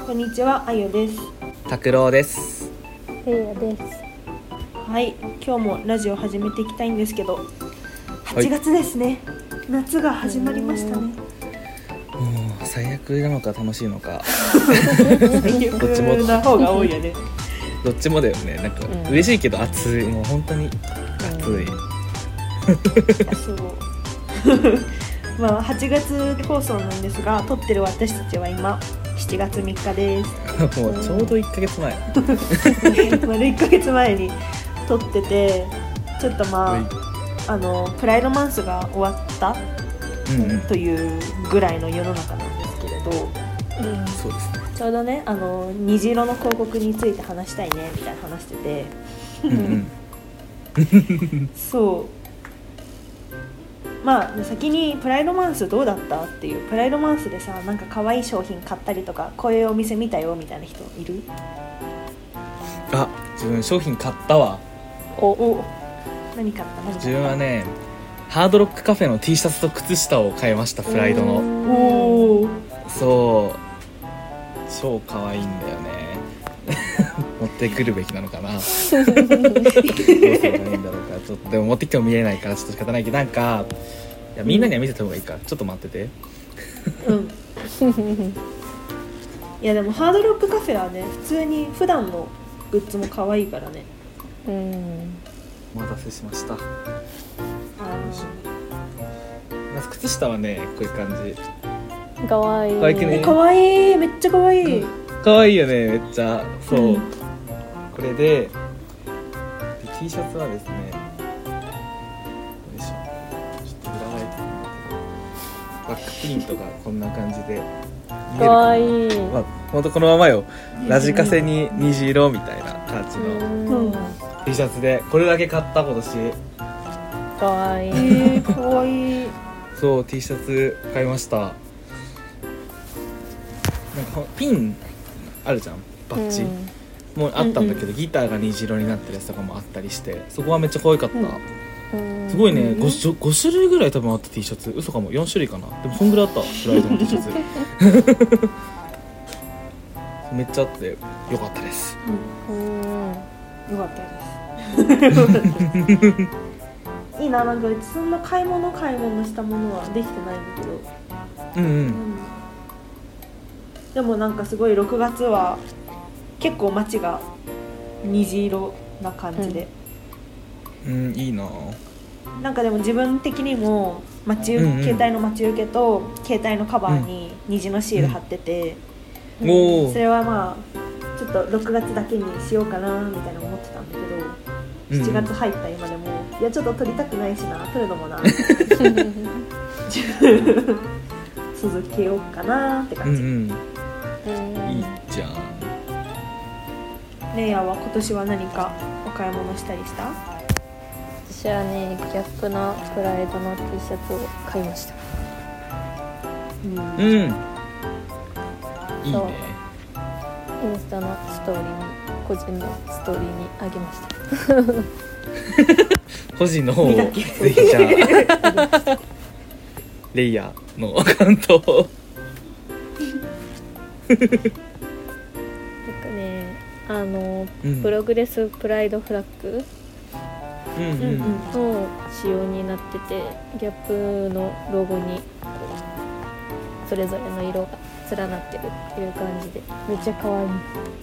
こんにちは、あゆです。 拓郎です。 レイヤです。 はい、今日もラジオ始めていきたいんですけど、8月ですね、夏が始まりましたね。 もう最悪なのか楽しいのか最悪な方が多いよね。 どっちもだよね。なんか嬉しいけど暑い、もう本当に暑い、 そうまあ8月放送なんですが、撮ってる私たちは今7月3日です。 もうちょうど1ヶ月前丸1ヶ月前に撮ってて、ちょっとプライドマンスが終わった、というぐらいの世の中なんですけれど、 そうですね。 ちょうどね、虹色の広告について話したいねみたいな話しててそう先にプライドマンスどうだったっていう、プライドマンスでさ、なんか可愛い商品買ったりとか、こういうお店見たよみたいな人いる？ 自分商品買ったわ。 何買った？ 自分はね、ハードロックカフェの T シャツと靴下を買いました。プライドの。そう超可愛いんだよね持ってくるべきなのかなどうすればいいんだろうか。ちょっとでも持ってきても見えないからちょっと仕方ないけど、なんかいやみんなには見せた方がいいから、ちょっと待ってて。 いやでもハードロックカフェはね、普通に普段のグッズも可愛いからね。 お待たせしました。まず靴下はね、こういう感じ。 かわいい。 可愛くね。 かわいい、めっちゃかわいい。 可愛いよね、めっちゃ。そう、これで T シャツはですね、よいしょ、ちょっと裏返ってバックプリントがこんな感じでかわいい。 ほんとこのままよ。ラジカセに虹色みたいな感じの T シャツで、これだけ買った今年。 かわいい。 かわいい。 そう、 T シャツ買いました。なんかピンあるじゃん、バッジ、もうあったんだけど、ギターが虹色になってるやつとかもあったりして、そこはめっちゃ可愛かった。すごいね、5種類ぐらい多分あった。 T シャツ嘘かも、4種類かな。でもそんぐらいあった、プライドの T シャツめっちゃあってよかったです。 よかったですいいな。なんかうちそんな買い物したものはできてないんだけど、でもなんかすごい6月は結構街が虹色な感じで、 いいな。 なんかでも自分的にも携帯の待ち受けと携帯のカバーに虹のシール貼ってて、それはちょっと6月だけにしようかなみたいな思ってたんだけど、7月入った今でも、いやちょっと撮りたくないしな、撮るのもな続けようかなって感じ。 いいじゃん。 レイヤーは今年は何かお買い物したりした？ 私はね、ギャップのプライドの T シャツを買いました。 いいね。 インスタのストーリーに、個人のストーリーにあげました個人の方をぜひじゃあレイヤーのアカウントをなんかね、プログレスプライドフラッグの仕様になってて、ギャップのロゴにそれぞれの色が連なってるっていう感じで、めっちゃ可愛い。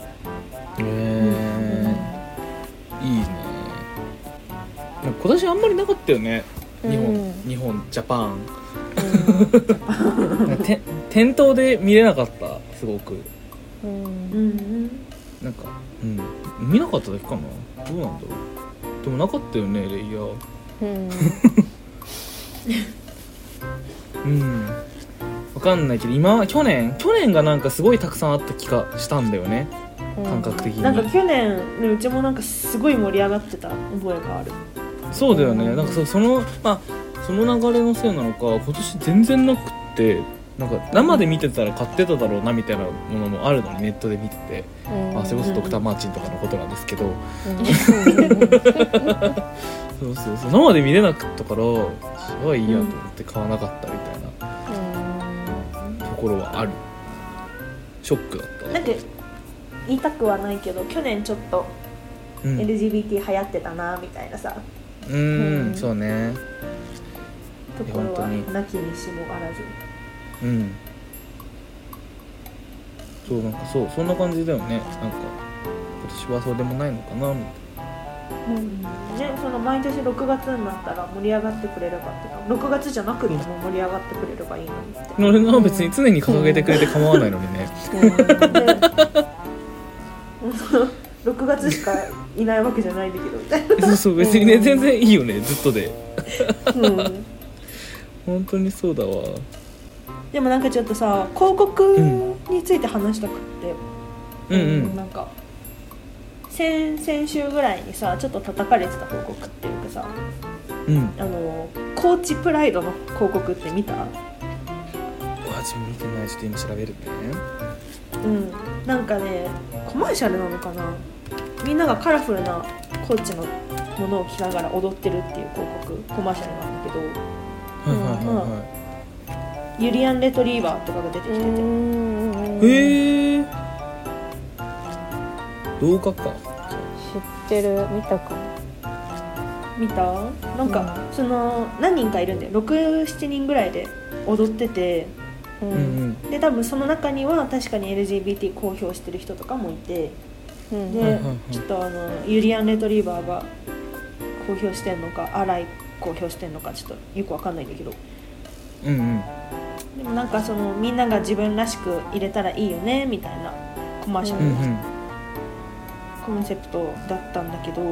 いいね。今年あんまりなかったよね、日本ジャパン店頭で見れなかった、すごく。なんか見なかっただけかな、どうなんだろう。でもなかったよね、レイヤー。わかんないけど、去年がなんかすごいたくさんあった気がしたんだよね、感覚的に。 なんか去年ね、うちもなんかすごい盛り上がってた覚えがある。 そうだよね。なんかその流れのせいなのか、今年全然なくって、なんか生で見てたら買ってただろうなみたいなものもあるのに、ネットで見てて、それこそドクターマーチンとかのことなんですけど、そう生で見れなかったから、すごいいいやと思って買わなかったみたいなところはある。 ショックだった。 なんか言いたくはないけど去年ちょっと LGBT 流行ってたなみたいなさ、 そうね、 ところはなきにしもあらず。 そうなんかそんな感じだよね。なんか今年はそうでもないのかなみたいな。 ね、その毎年6月になったら盛り上がってくれればってか、6月じゃなくても盛り上がってくれればいいのにって。 俺が別に常に掲げてくれて構わないのにね。 6月しかいないわけじゃないんだけどみたいな。 そう別にね、全然いいよね、ずっとで。本当にそうだわ。 でもなんかちょっとさ、広告について話したくって、なんか先週ぐらいにさちょっと叩かれてた広告っていうかさ、コーチプライドの広告って見た？ 自分見てない。ちょっと今調べるね。 なんかね、コマーシャルなのかな、みんながカラフルなコーチのものを着ながら踊ってるっていう広告、コマーシャルなんだけど、ユリアン・レトリーバーとかが出てきてて、 へえ、動画か。 知ってる、見たかも。 見た？なんか、その何人かいるんだよ、6、7人ぐらいで踊ってて、で多分その中には確かに LGBT 公表してる人とかもいて、でちょっとユリアン・レトリーバーが公表してんのかアライ公表してんのかちょっとよくわかんないんだけど、でもなんかそのみんなが自分らしく入れたらいいよねみたいなコマーシャルのコンセプトだったんだけど、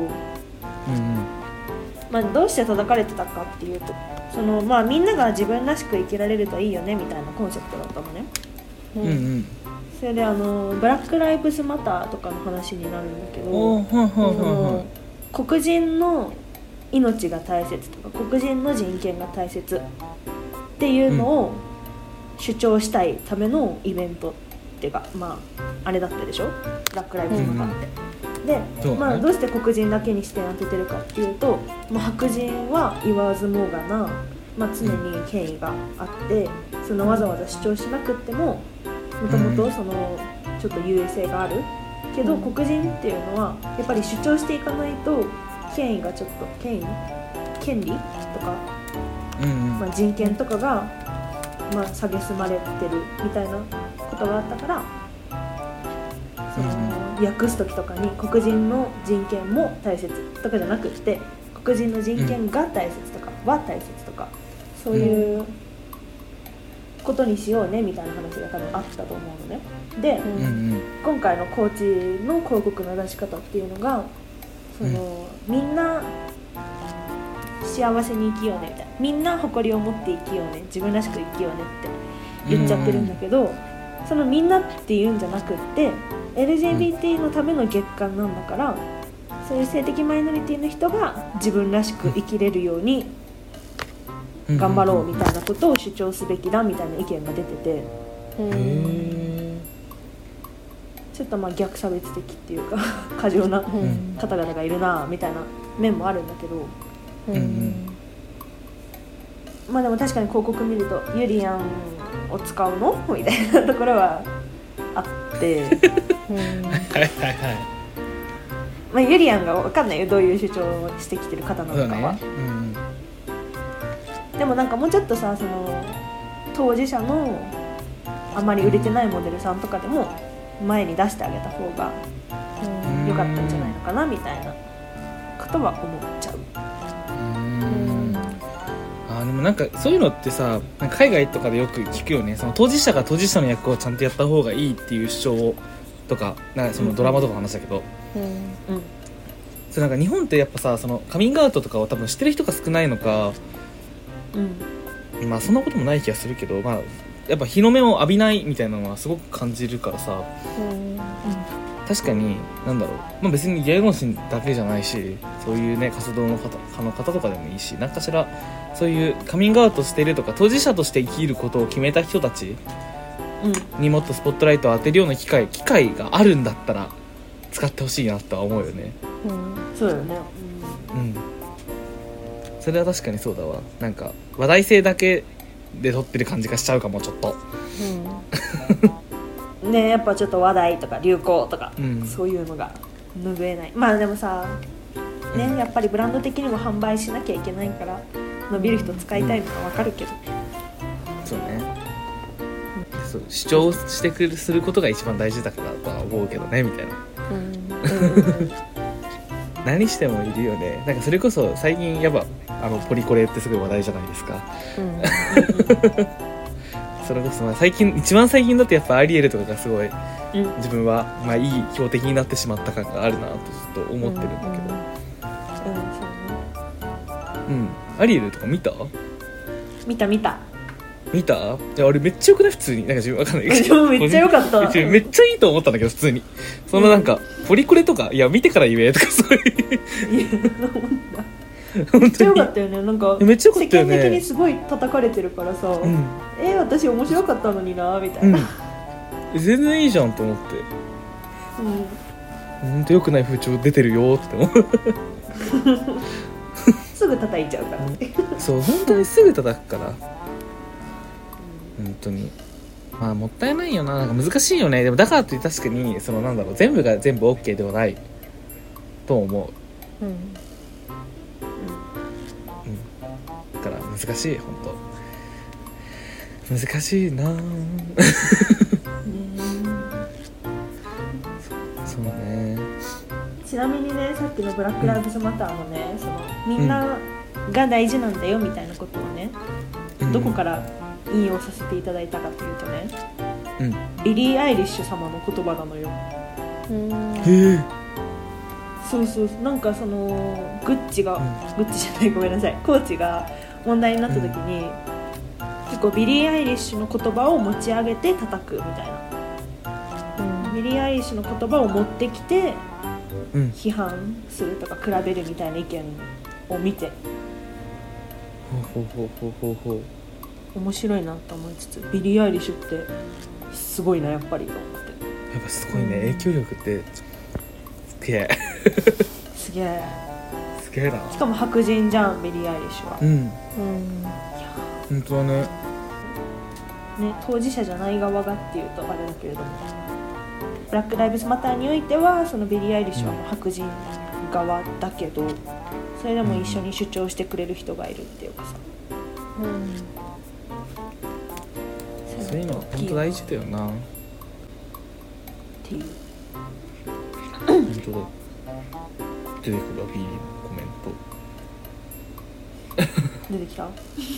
どうして叩かれてたかっていうと、そのみんなが自分らしく生きられるといいよねみたいなコンセプトだったのね。それでブラックライブズマターとかの話になるんだけど、黒人の命が大切とか黒人の人権が大切っていうのを主張したいためのイベントっていうか、あれだったでしょ、ブラックライブズマターって。でどうして黒人だけに視点を当ててるかっていうと、白人は言わずもがな、常に権威があって、そのわざわざ主張しなくってももともとそのちょっと優位性があるけど、黒人っていうのはやっぱり主張していかないと権威がちょっと権利とか、人権とかが蔑まれてるみたいなことがあったから、その訳す時とかに黒人の人権も大切とかじゃなくて、黒人の人権が大切とかは大切とか、そういうことにしようねみたいな話が多分あったと思うのね。で、今回のコーチの広告の出し方っていうのが、そのみんな幸せに生きようねみたいな、みんな誇りを持って生きようね、自分らしく生きようねって言っちゃってるんだけど、そのみんなっていうんじゃなくって、LGBT のための月間なんだから、そういう性的マイノリティの人が自分らしく生きれるように頑張ろうみたいなことを主張すべきだみたいな意見が出てて、ちょっと逆差別的っていうか過剰な方々がいるなみたいな面もあるんだけど、でも確かに広告見るとユリアンを使うのみたいなところはあってユリアンが分かんないよ、どういう主張をしてきてる方なのかは、でもなんかもうちょっとさ、その当事者のあまり売れてないモデルさんとかでも前に出してあげた方が良かったんじゃないのかなみたいなことは思っちゃう。 でもなんかそういうのってさ、なんか海外とかでよく聞くよね。その当事者が当事者の役をちゃんとやった方がいいっていう主張とか、なんかそのドラマとか話だけど、それなんか日本ってやっぱさ、そのカミングアウトとかを多分知ってる人が少ないのか、そんなこともない気がするけど、やっぱ日の目を浴びないみたいなのはすごく感じるからさ、確かになんだろう、別に芸能人だけじゃないし、そういうね活動の方とかでもいいし、何かしらそういうカミングアウトしてるとか当事者として生きることを決めた人たちにもっとスポットライトを当てるような機会があるんだったら使ってほしいなとは思うよね。 そうだよね。 それは確かにそうだわ。なんか話題性だけで撮ってる感じがしちゃうかも、ちょっと。 ねやっぱちょっと話題とか流行とか、 うん、 そういうのが拭えない。まあでもさね、やっぱりブランド的にも販売しなきゃいけないから伸びる人使いたいのは分かるけど、 そうね、そう主張してすることが一番大事だからとは思うけどねみたいな、何してもいるよね。なんかそれこそ最近やっぱポリコレってすごい話題じゃないですか、それこそ一番最近だとやっぱアリエルとかがすごい、自分はまあいい標的になってしまった感があるなとずっと思ってるんだけど、アリエルとか見た？ 見たいやあれめっちゃよくない？普通になんか自分わかんないめっちゃよかっためっちゃいいと思ったんだけど普通にそのなんか、ポリコレとかいや見てから言えとかそういうめっちゃよかったよね。なんかめっちゃよかったよね。 世間的にすごい叩かれてるからさ、私面白かったのになみたいな、 全然いいじゃんと思って、ほんとよくない風潮出てるよって思うすぐ叩いちゃうからねそう本当にすぐ叩くから、本当にまあもったいないよな。なんか難しいよね。でもだからといって確かにそのなんだろう、全部が全部 OK ではないと思う。だから難しい、本当難しいなそうね。 ちなみにね、さっきのブラックライブズマターのね、そのみんなが大事なんだよみたいなことをね、どこから引用させていただいたかというとね、ビリー・アイリッシュ様の言葉なのよ。そうなんかそのグッチじゃないごめんなさい、コーチが問題になった時に、結構ビリー・アイリッシュの言葉を持ち上げて叩くみたいな、ビリー・アイリッシュの言葉を持ってきて批判するとか比べるみたいな意見を見て、面白いなと思いつつ、ビリー・アイリッシュってすごいなやっぱりと思って。 やっぱすごいね、影響力ってすげえすげえな。 しかも白人じゃんビリー・アイリッシュは。いや本当だね。 当事者じゃない側がっていうとあれだけれども、ブラックライブズマターにおいてはそのビリー・アイリッシュはもう白人側だけど、それでも一緒に主張してくれる人がいるっていうかさ、 そういうのは本当大事だよなっていう本当だ。出てくるわ、ビリーのコメント出てきた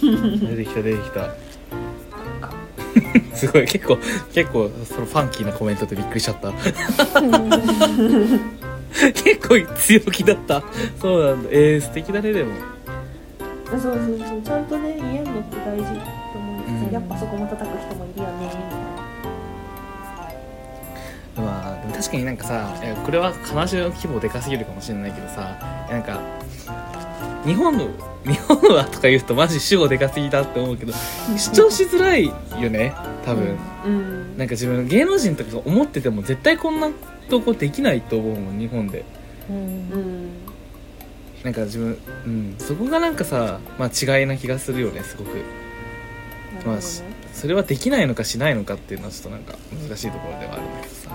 すごい結構そのファンキーなコメントでびっくりしちゃった結構強気だった。そうなんだ。素敵だね。でもそうちゃんとね言えるのって大事と思うんですよ、やっぱそこも叩く人もいるよねみたいな。 まあでも確かになんかさ、これは話の規模でかすぎるかもしれないけどさ、なんか日本はとか言うとマジ主語でかすぎだって思うけど主張しづらいよね多分、なんか自分芸能人とか思ってても絶対こんなとこできないと思うもん日本で、なんか自分、そこがなんかさ、まあ、違いな気がするよねすごく、まあ、それはできないのかしないのかっていうのはちょっとなんか難しいところではあるんだけどさ、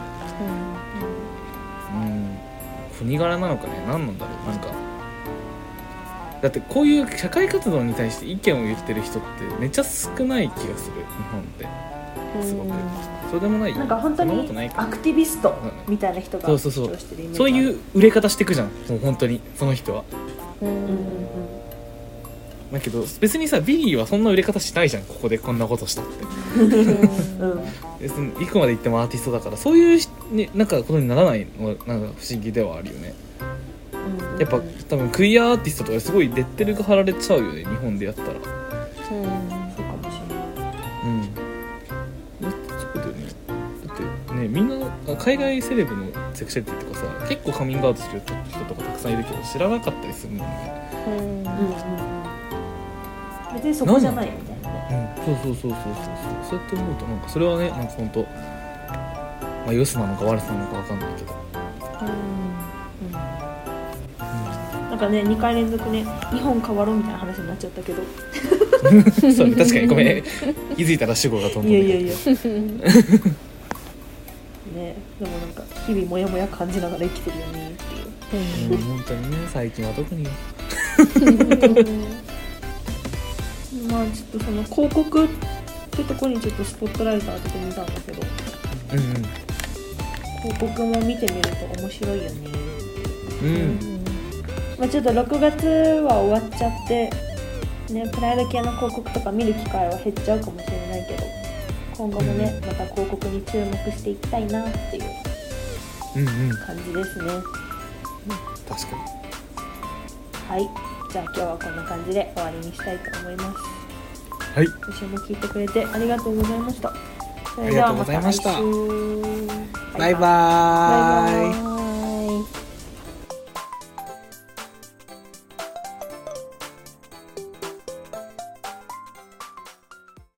国柄なのかね、何なんだろう。なんかだってこういう社会活動に対して意見を言ってる人ってめっちゃ少ない気がする日本ってすごく。そうでもない？ なんか本当にアクティビストみたいな人が主張してるイメージ。 そういう売れ方してくじゃんもう本当にその人は。だけど別にさビリーはそんな売れ方しないじゃん、ここでこんなことしたって別にいくまで言ってもアーティストだからそういう、ね、なんかことにならないのがなんか不思議ではあるよね。やっぱ多分クイアアーティストとかすごいレッテルが貼られちゃうよね日本でやったら。 そうかもしれない。 そうだよね。だってねみんな海外セレブのセクシャリティとかさ結構カミングアウトしてる人とかたくさんいるけど知らなかったりするもんね。 別にそこじゃないみたいなね。 そうやって思うとなんかそれはねなんか本当まあ良さなのか悪さなのか分かんないけど。 なんかね2回連続ね日本変わろうみたいな話になっちゃったけどそう確かにごめん気づいたら主語が飛んだんだけど。いやでもなんか日々モヤモヤ感じながら生きてるよねっていう、 本当にね、最近は特にまあちょっとその広告ってとこにちょっとスポットライト当ててみたんだけど、広告も見てみると面白いよね。まあ、ちょっと6月は終わっちゃってね、プライド系の広告とか見る機会は減っちゃうかもしれないけど、今後もね、また広告に注目していきたいなっていう感じですね。 確かに。 はい、じゃあ今日はこんな感じで終わりにしたいと思います。 はい、 今週も聞いてくれてありがとうございました。それではまた来週。 バイバーイ。